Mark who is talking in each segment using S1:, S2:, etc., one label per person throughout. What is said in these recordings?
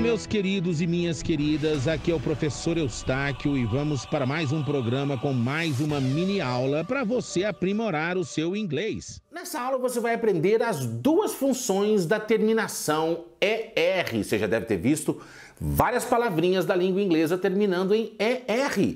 S1: meus queridos e minhas queridas, aqui é o professor Eustáquio e vamos para mais um programa com mais uma mini aula para você aprimorar o seu inglês.
S2: Nessa aula você vai aprender as duas funções da terminação ER. Você já deve ter visto várias palavrinhas da língua inglesa terminando em ER.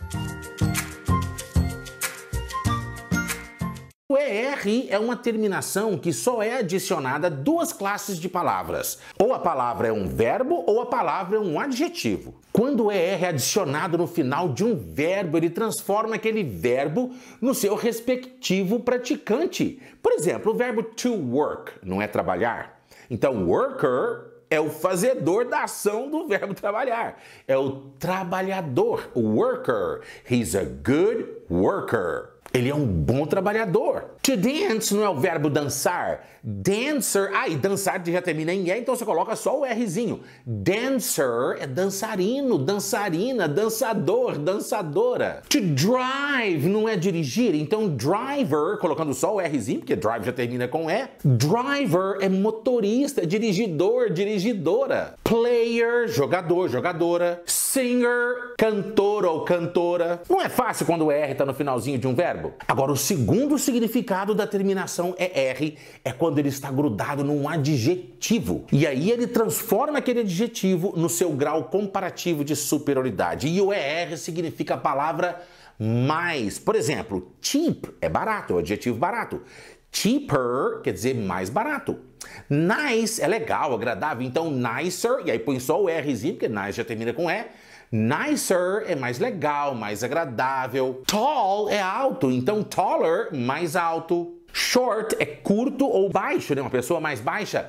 S2: O ER é uma terminação que só é adicionada a duas classes de palavras. Ou a palavra é um verbo ou a palavra é um adjetivo. Quando o ER é adicionado no final de um verbo, ele transforma aquele verbo no seu respectivo praticante. Por exemplo, o verbo to work não é trabalhar? Então, worker é o fazedor da ação do verbo trabalhar. É o trabalhador, o worker. He's a good worker. Ele é um bom trabalhador. To dance não é o verbo dançar. Dancer, e dançar já termina em E, então você coloca só o Rzinho. Dancer é dançarino, dançarina, dançador, dançadora. To drive não é dirigir, então driver, colocando só o Rzinho, porque drive já termina com E. Driver é motorista, é dirigidor, dirigidora. Player, jogador, jogadora. Singer, cantor ou cantora. Não é fácil quando o R está no finalzinho de um verbo? Agora, o segundo significado da terminação ER é quando ele está grudado num adjetivo. E aí ele transforma aquele adjetivo no seu grau comparativo de superioridade. E o ER significa a palavra mais. Por exemplo, cheap é barato, é o adjetivo barato. Cheaper quer dizer mais barato. Nice é legal, agradável, então nicer, e aí põe só o Rzinho, porque nice já termina com E. Nicer é mais legal, mais agradável. Tall é alto, então taller, mais alto. Short é curto ou baixo, né? Uma pessoa mais baixa.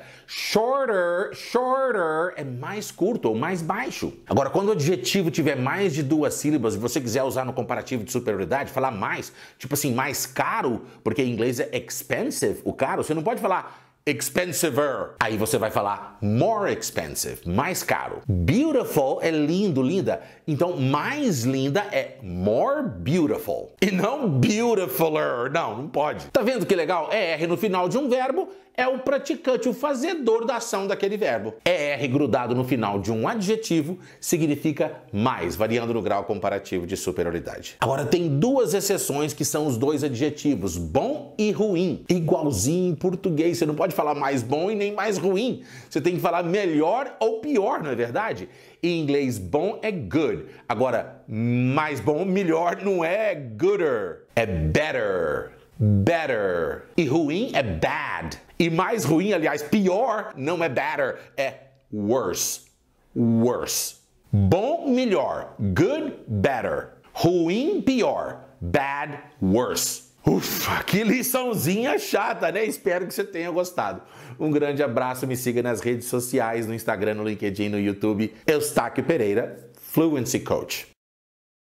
S2: Shorter é mais curto ou mais baixo. Agora, quando o adjetivo tiver mais de duas sílabas e você quiser usar no comparativo de superioridade, falar mais, tipo assim, mais caro, porque em inglês é expensive, o caro, você não pode falar expensiver. Aí você vai falar more expensive, mais caro. Beautiful é lindo, linda. Então, mais linda é more beautiful. E não beautifuler. Não pode. Tá vendo que legal? ER no final de um verbo é o praticante, o fazedor da ação daquele verbo. ER grudado no final de um adjetivo significa mais, variando no grau comparativo de superioridade. Agora, tem duas exceções que são os dois adjetivos, bom e ruim. Igualzinho em português, você não pode falar mais bom e nem mais ruim. Você tem que falar melhor ou pior, não é verdade? Em inglês, bom é good. Agora, mais bom, melhor não é gooder, é better. Better. E ruim é bad. E mais ruim, aliás, pior, não é better, é worse. Worse. Bom, melhor. Good, better. Ruim, pior. Bad, worse. Ufa, que liçãozinha chata, né? Espero que você tenha gostado. Um grande abraço, me siga nas redes sociais, no Instagram, no LinkedIn, no YouTube. Eustáquio Pereira, Fluency Coach.